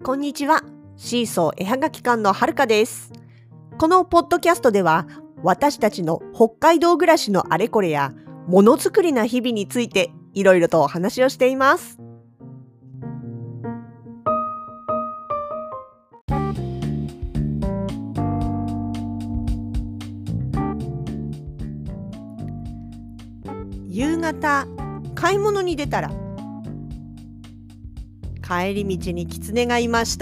こんにちは。シーソー絵はがき館のはるかです。このポッドキャストでは、私たちの北海道暮らしのあれこれや、ものづくりな日々についていろいろとお話をしています。夕方、買い物に出たら、帰り道にキツネがいました。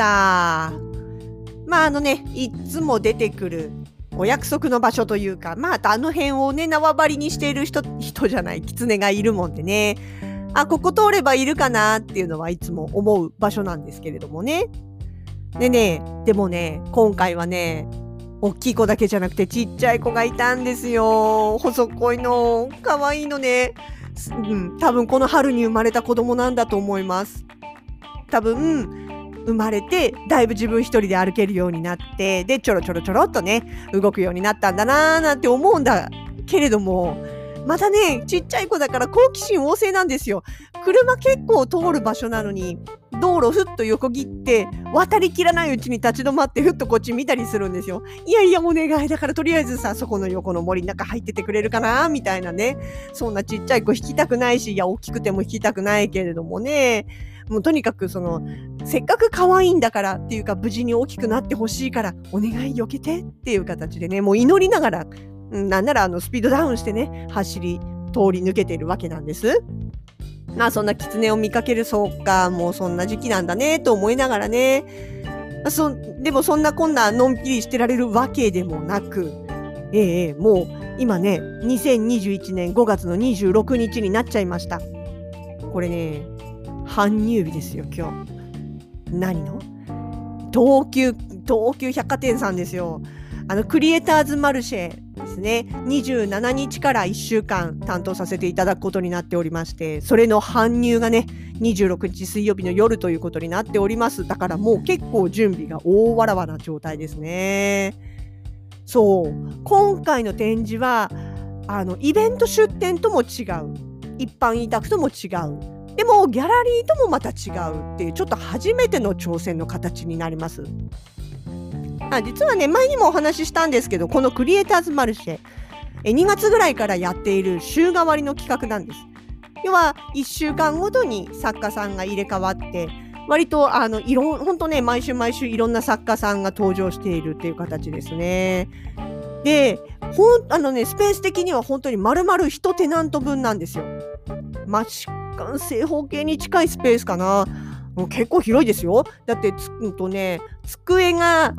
いつも出てくるお約束の場所というか、あの辺をね、縄張りにしている人じゃない、キツネがいるもんでね。ここ通ればいるかなっていうのはいつも思う場所なんですけれどもね。でもね、今回はね、大きい子だけじゃなくてちっちゃい子がいたんですよ。細っこいの、可愛いのね。多分この春に生まれた子供なんだと思います。多分生まれてだいぶ自分一人で歩けるようになって、でちょろっとね動くようになったんだなーなんて思うんだけれども、またねちっちゃい子だから好奇心旺盛なんですよ。車結構通る場所なのに道路ふっと横切って渡りきらないうちに立ち止まってふっとこっち見たりするんですよ。いやお願いだからとりあえずさ、そこの横の森の中入っててくれるかなみたいなね。そんなちっちゃい子引きたくないし、いや大きくても引きたくないけれどもね、もうとにかくせっかく可愛いんだからっていうか、無事に大きくなってほしいからお願い避けてっていう形でね、もう祈りながら、なんならスピードダウンしてね通り抜けているわけなんです。そんなキツネを見かける、そうか、もうそんな時期なんだねと思いながらね、でもそんなこんなのんびりしてられるわけでもなく、もう今ね2021年5月の26日になっちゃいました。これね搬入日ですよ今日。何の東急百貨店さんですよ。クリエイターズマルシェですね、27日から1週間担当させていただくことになっておりまして、それの搬入がね26日水曜日の夜ということになっております。だからもう結構準備が大わらわな状態ですね。そう、今回の展示はイベント出展とも違う、一般委託とも違う、でもギャラリーともまた違うっていう、ちょっと初めての挑戦の形になります。実はね前にもお話ししたんですけど、このクリエイターズマルシェ2月ぐらいからやっている週替わりの企画なんです。要は1週間ごとに作家さんが入れ替わって、割と本当ね毎週いろんな作家さんが登場しているっていう形ですね。でスペース的には本当に丸々1テナント分なんですよ。正方形に近いスペースかな。結構広いですよ。だって机が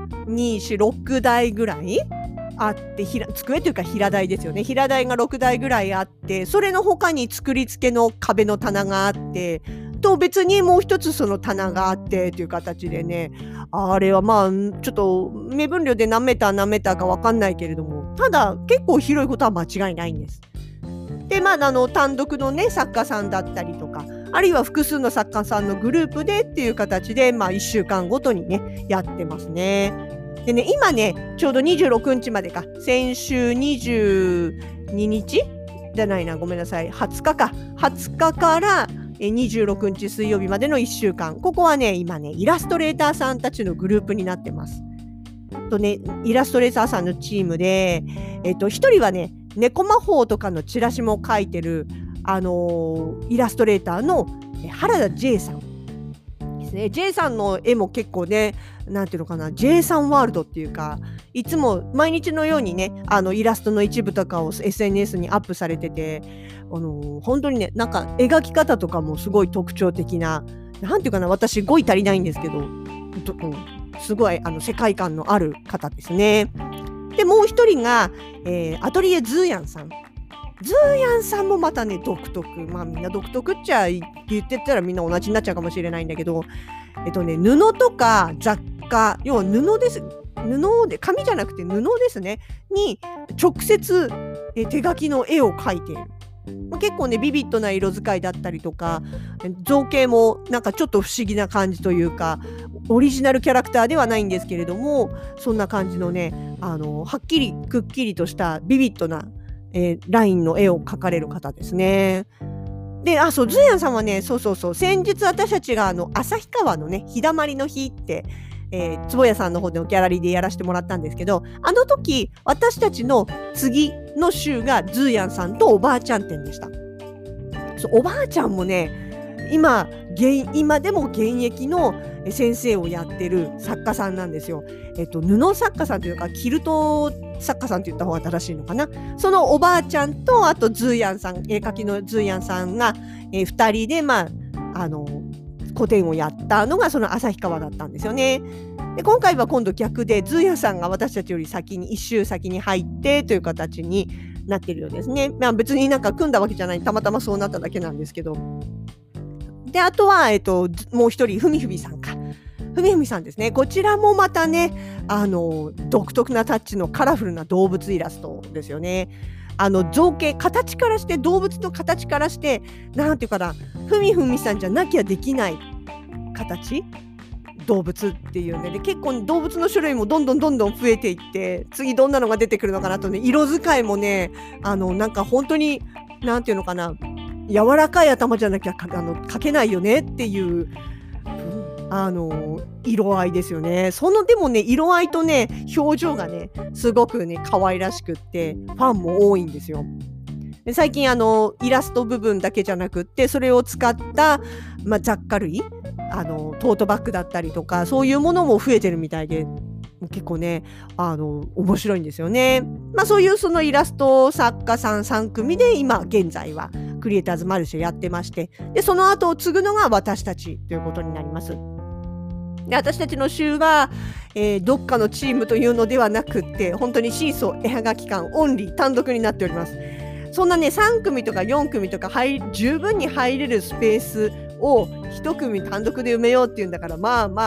6台ぐらいあって、机というか平台ですよね。平台が6台ぐらいあって、それの他に作り付けの壁の棚があって、と別にもう一つその棚があってという形でね、あれはちょっと目分量で何メーターか分かんないけれども、ただ結構広いことは間違いないんです。で単独のね作家さんだったりとか、あるいは複数の作家さんのグループでっていう形で1週間ごとにねやってますね。でね今ねちょうど26日までか、先週22日じゃないな、ごめんなさい、20日から26日水曜日までの1週間、ここはね今ねイラストレーターさんたちのグループになってます。イラストレーターさんのチームで、1人はね猫魔法とかのチラシも描いてるイラストレーターの原田 J さんですね。 J さんの絵も結構ね、なんていうのかな、 J さんワールドっていうか、いつも毎日のようにねイラストの一部とかを SNS にアップされてて、本当にねなんか描き方とかもすごい特徴的な、なんていうかな、私語彙足りないんですけど、すごい世界観のある方ですね。でもう一人が、アトリエズーヤンさんもまたね独特、みんな独特っちゃ言ってたらみんな同じになっちゃうかもしれないんだけど、布とか雑貨、要は布で紙じゃなくて布ですねに直接手書きの絵を描いている。結構ねビビッドな色使いだったりとか、造形もなんかちょっと不思議な感じというか、オリジナルキャラクターではないんですけれども、そんな感じのねはっきりくっきりとしたビビッドなラインの絵を描かれる方ですね。 で、そう、ズーヤンさんはね、そうそうそう、先日私たちが旭川のね、日だまりの日って、坪谷さんの方でのギャラリーでやらせてもらったんですけど、あの時、私たちの次の週がズーヤンさんとおばあちゃん展でした。そう、おばあちゃんもね、今でも現役の先生をやってる作家さんなんですよ。布作家さんというか、キルト作家さんって言った方が正しいのかな。そのおばあちゃんと、あとズーヤンさん、絵描きのズーヤンさんが、2人で、個展をやったのがその旭川だったんですよね。で、今回は今度逆で、ズーヤンさんが私たちより先に、1週先に入ってという形になってるようですね。別になんか組んだわけじゃない、たまたまそうなっただけなんですけど。で、あとは、もう一人、ふみふみさんか。ふみふみさんですね。こちらもまたね、独特なタッチのカラフルな動物イラストですよね。造形、形からして、動物の形からして、なんていうかな、ふみふみさんじゃなきゃできない形動物っていうね。で、結構動物の種類もどんどん増えていって、次どんなのが出てくるのかなとね、色使いもね、なんか本当に、なんていうのかな、柔らかい頭じゃなきゃ描けないよねっていう色合いですよね。でもね、色合いとね、表情がね、すごくね、可愛らしくって、ファンも多いんですよ。で、最近イラスト部分だけじゃなくって、それを使った、雑貨類、トートバッグだったりとか、そういうものも増えてるみたいで、結構ね、面白いんですよね。そういうそのイラスト作家さん3組で今現在はクリエイターズマルシェやってまして、で、その後を継ぐのが私たちということになります。で、私たちの週は、どっかのチームというのではなくって、本当にシーソー絵はがき館オンリー単独になっております。そんなね、3組とか4組とか十分に入れるスペースを1組単独で埋めようっていうんだから、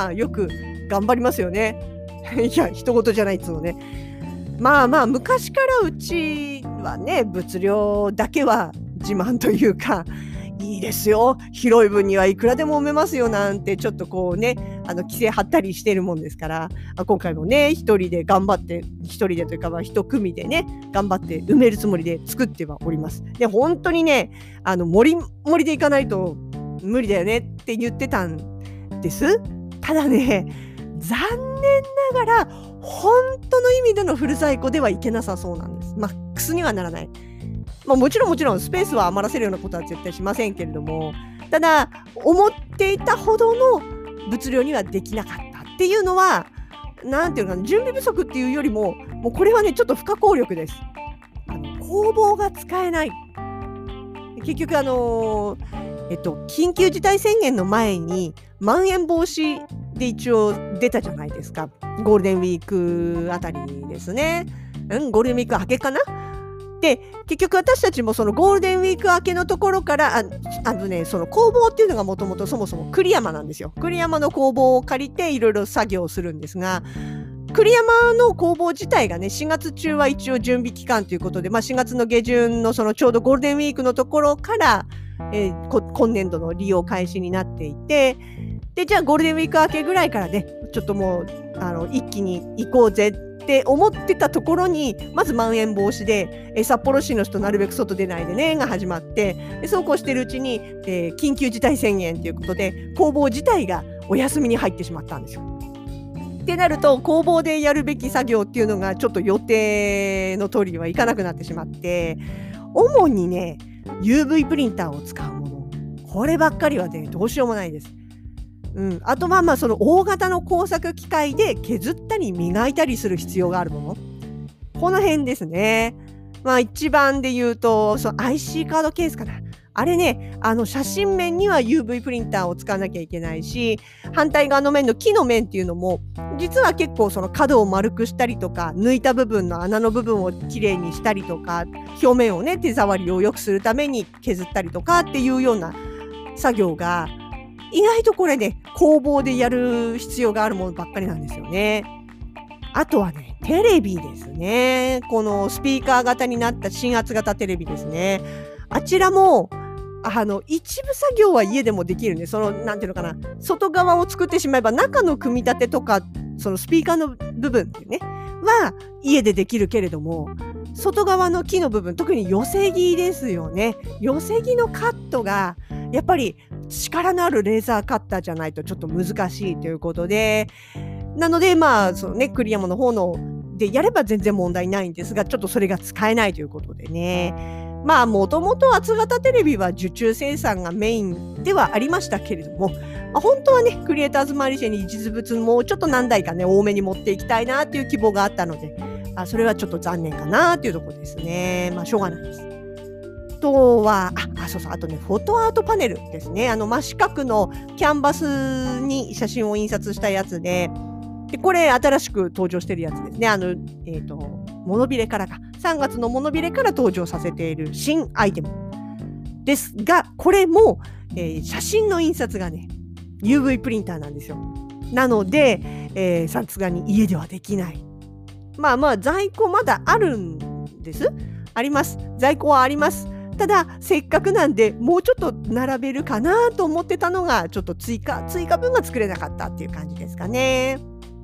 よく頑張りますよね。いや、人事じゃないっつうのね。昔からうちはね、物量だけは自慢というか、いいですよ、広い分にはいくらでも埋めますよなんてちょっとこうね、規制張ったりしてるもんですから、今回もね、一人でというか一組でね、頑張って埋めるつもりで作ってはおります。で、本当にね、もりもりでいかないと無理だよねって言ってたんです。ただね、残念ながら本当の意味でのフル在庫ではいけなさそうなんです。マックスにはならない。もちろんスペースは余らせるようなことは絶対しませんけれども、ただ思っていたほどの物量にはできなかったっていうのは、なんていうのかな、準備不足っていうよりも、もうこれはね、ちょっと不可抗力です。工房が使えない。結局緊急事態宣言の前にまん延防止で一応出たじゃないですか。ゴールデンウィークあたりですね。ゴールデンウィーク明けかな。で、結局私たちもそのゴールデンウィーク明けのところから、その工房っていうのがもともとそもそも栗山なんですよ。栗山の工房を借りていろいろ作業をするんですが、栗山の工房自体がね、4月中は一応準備期間ということで、4月の下旬のそのちょうどゴールデンウィークのところから、今年度の利用開始になっていて、で、じゃあゴールデンウィーク明けぐらいからね、ちょっともう一気に行こうぜって思ってたところに、まずまん延防止で、札幌市の人なるべく外出ないでねが始まって、でそうこうしてるうちに、緊急事態宣言ということで工房自体がお休みに入ってしまったんですよ。ってなると、工房でやるべき作業っていうのがちょっと予定の通りにはいかなくなってしまって、主にね、UV プリンターを使うもの、こればっかりはね、どうしようもないです。あとその大型の工作機械で削ったり磨いたりする必要があるもの、この辺ですね。一番で言うと、その IC カードケースかな。あれね、写真面には UV プリンターを使わなきゃいけないし、反対側の面の木の面っていうのも、実は結構その角を丸くしたりとか、抜いた部分の穴の部分をきれいにしたりとか、表面をね、手触りを良くするために削ったりとかっていうような作業が、意外とこれね、工房でやる必要があるものばっかりなんですよね。あとはね、テレビですね。このスピーカー型になった新圧型テレビですね。あちらも、一部作業は家でもできるんで、なんていうのかな、外側を作ってしまえば中の組み立てとか、そのスピーカーの部分っていうね、は家でできるけれども、 外側の木の部分、特に寄せ木ですよね。寄せ木のカットがやっぱり力のあるレーザーカッターじゃないとちょっと難しいということで、なのでそのね栗山の方のでやれば全然問題ないんですが、ちょっとそれが使えないということでね。もともと厚型テレビは受注生産がメインではありましたけれども、本当はねクリエイターズマルシェに実物もうちょっと何台かね多めに持っていきたいなっていう希望があったので、それはちょっと残念かなっていうところですね。しょうがないです。あとはあとねフォトアートパネルですね。真四角のキャンバスに写真を印刷したやつで、これ新しく登場してるやつですね。モノビレから3月のモノビレから登場させている新アイテムですが、これも、写真の印刷がね UV プリンターなんですよ。なので、さすがに家ではできない。在庫まだあるんです。あります。在庫はあります。ただせっかくなんでもうちょっと並べるかなと思ってたのが、ちょっと追加分が作れなかったっていう感じですかね。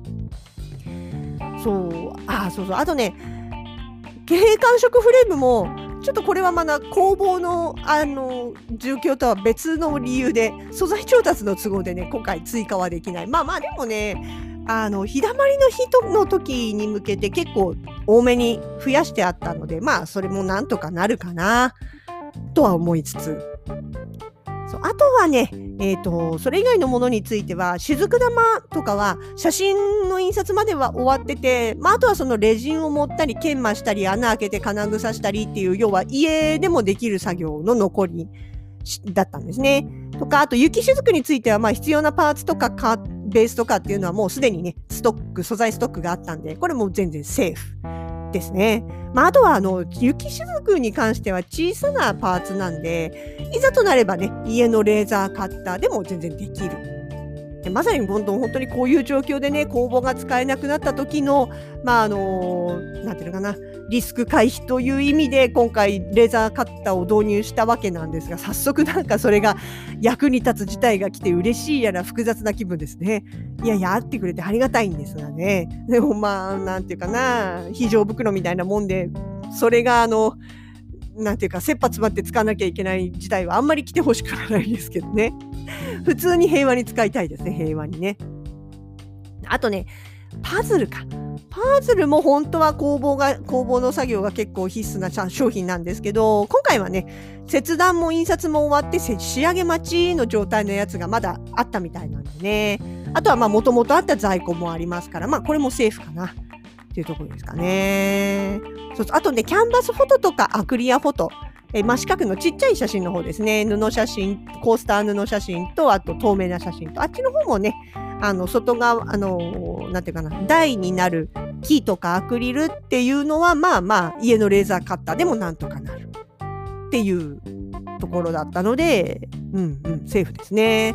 あとね、景品感触フレームもちょっとこれはまだ工房の状況とは別の理由で、素材調達の都合でね今回追加はできない。でもね日だまりの日の時に向けて結構多めに増やしてあったので、それもなんとかなるかなとは思いつつ、あとはね、それ以外のものについては、雫玉とかは写真の印刷までは終わってて、あとはそのレジンを持ったり研磨したり穴開けて金具さしたりっていう、要は家でもできる作業の残りだったんですね。とか、あと雪雫については必要なパーツとかベースとかっていうのはもうすでにね素材ストックがあったんで、これも全然セーフですね。あとは雪雫に関しては小さなパーツなんで、いざとなればね家のレーザーカッターでも全然できる。でまさに本当にこういう状況でね工房が使えなくなった時のなんていうのかな、リスク回避という意味で今回レーザーカッターを導入したわけなんですが、早速それが役に立つ事態が来て嬉しいやら複雑な気分ですね。やってくれてありがたいんですがね。でもなんていうかな、非常袋みたいなもんで、それがなんていうか切羽詰まって使わなきゃいけない事態はあんまり来てほしくはないですけどね。普通に平和に使いたいですね。平和にね。あとねパズルも本当は工房の作業が結構必須な商品なんですけど、今回はね切断も印刷も終わって仕上げ待ちの状態のやつがまだあったみたいなんでね。あとはもともとあった在庫もありますから、これもセーフかなっていうところですかね。あとねキャンバスフォトとかアクリアフォト、真四角のちっちゃい写真の方ですね。布写真、コースター布写真と、あと透明な写真と、あっちの方もね外側なんていうかな、台になる木とかアクリルっていうのは家のレーザーカッターでもなんとかなるっていうところだったので、セーフですね。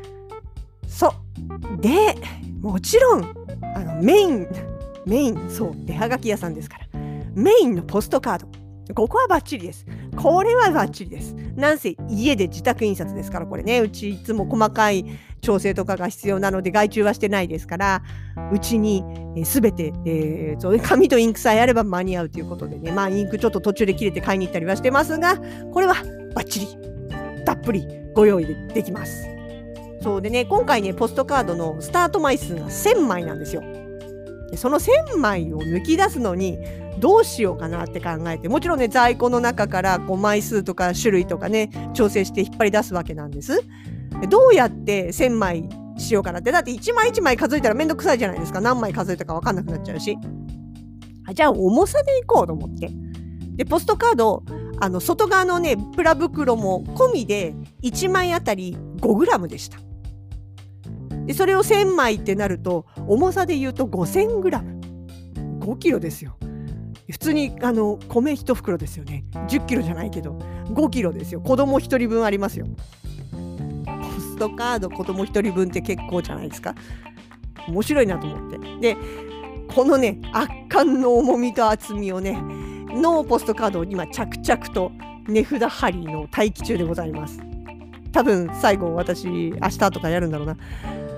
でもちろんメイン手はがき屋さんですから、メインのポストカード、ここはバッチリです。これはバッチリです。なんせ家で自宅印刷ですから、これねうちいつも細かい調整とかが必要なので外注はしてないですから、うちに全て、紙とインクさえあれば間に合うということでね、インクちょっと途中で切れて買いに行ったりはしてますが、これはバッチリたっぷりご用意できます。でね今回ねポストカードのスタート枚数が1000枚なんですよ。でその1000枚を抜き出すのにどうしようかなって考えて、もちろんね在庫の中から枚数とか種類とかね調整して引っ張り出すわけなんです。どうやって1000枚しようかなって、だって1枚1枚数えたらめんどくさいじゃないですか。何枚数えたか分かんなくなっちゃうし、じゃあ重さでいこうと思って、でポストカード外側のねプラ袋も込みで1枚あたり 5g でした。でそれを1000枚ってなると重さで言うと 5000g、 5キロですよ。普通に米1袋ですよね。10キロじゃないけど5キロですよ。子供1人分ありますよ。ポストカード子供1人分って結構じゃないですか。面白いなと思って、でこのね圧巻の重みと厚みをねのポストカードを今着々と値札貼りの待機中でございます。多分最後私明日とかやるんだろうな。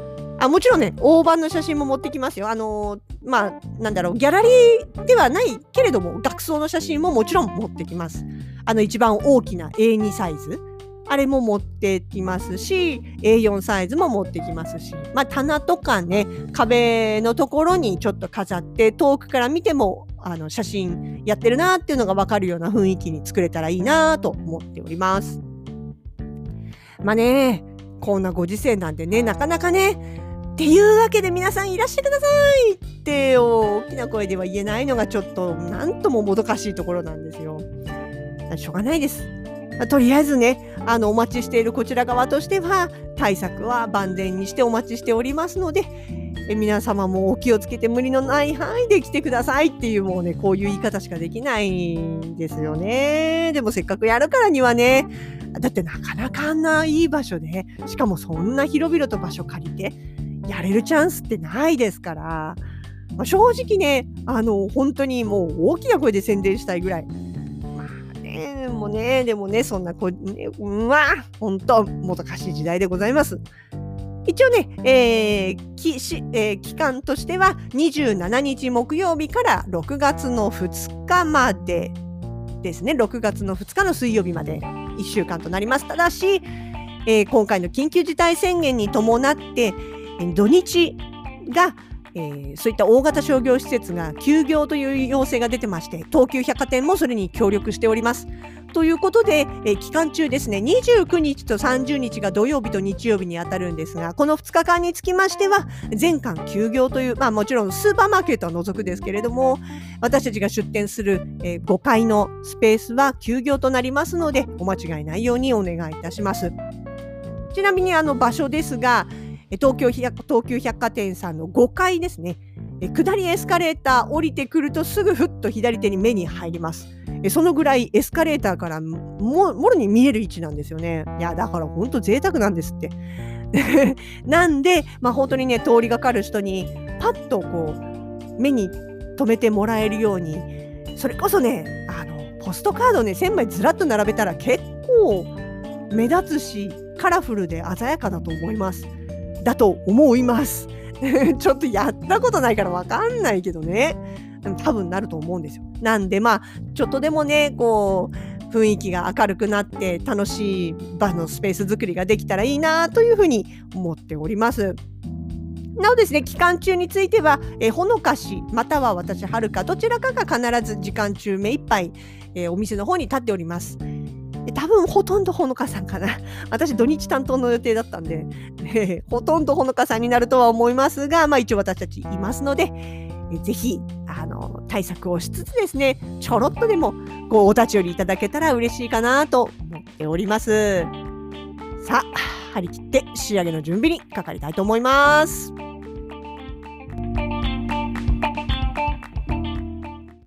もちろんね、大判の写真も持ってきますよ。まあ、なんだろう、ギャラリーではないけれども、額装の写真ももちろん持ってきます。一番大きな A2 サイズ。あれも持ってきますし、A4 サイズも持ってきますし、まあ、棚とかね、壁のところにちょっと飾って、遠くから見ても、写真やってるなっていうのがわかるような雰囲気に作れたらいいなと思っております。まあね、こんなご時世なんでね、なかなかね、っていうわけで皆さんいらしてくださいって大きな声では言えないのがちょっとなんとももどかしいところなんですよ。しょうがないです。とりあえずね、お待ちしているこちら側としては対策は万全にしてお待ちしておりますので、皆様もお気をつけて無理のない範囲で来てくださいっていう、もうね、こういう言い方しかできないんですよね。でもせっかくやるからにはね、だってなかなかあんないい場所で、しかもそんな広々と場所借りてやれるチャンスってないですから、正直ね、本当にもう大きな声で宣伝したいぐらい。でもね、そんな本当もどかしい時代でございます。一応ね、期間としては27日木曜日から6月の2日までですね。6月の2日の水曜日まで1週間となります。ただし、今回の緊急事態宣言に伴って土日がそういった大型商業施設が休業という要請が出てまして、東急百貨店もそれに協力しております。ということで、期間中ですね、29日と30日が土曜日と日曜日に当たるんですが、この2日間につきましては全館休業という、もちろんスーパーマーケットは除くですけれども、私たちが出店する、5階のスペースは休業となりますので、お間違いないようにお願いいたします。ちなみに場所ですが、東急百貨店さんの5階ですね。下りエスカレーター降りてくるとすぐふっと左手に目に入ります。そのぐらいエスカレーターからもろに見える位置なんですよね。いや、だから本当贅沢なんですって。なんで、本当にね、通りがかる人にパッとこう目に留めてもらえるように、それこそね、ポストカードね、1000枚ずらっと並べたら結構目立つし、カラフルで鮮やかだと思います。だと思います。ちょっとやったことないからわかんないけどね。多分なると思うんですよ。なんでちょっとでもね、こう雰囲気が明るくなって楽しい場のスペース作りができたらいいなというふうに思っております。なおですね、期間中については、ほのかしまたは私はるかどちらかが必ず時間中目いっぱい、お店の方に立っております。多分ほとんどほのかさんかな。私土日担当の予定だったんで、ほとんどほのかさんになるとは思いますが、一応私たちいますので、ぜひ対策をしつつですね、ちょろっとでもお立ち寄りいただけたら嬉しいかなと思っております。さあ、張り切って仕上げの準備にかかりたいと思います。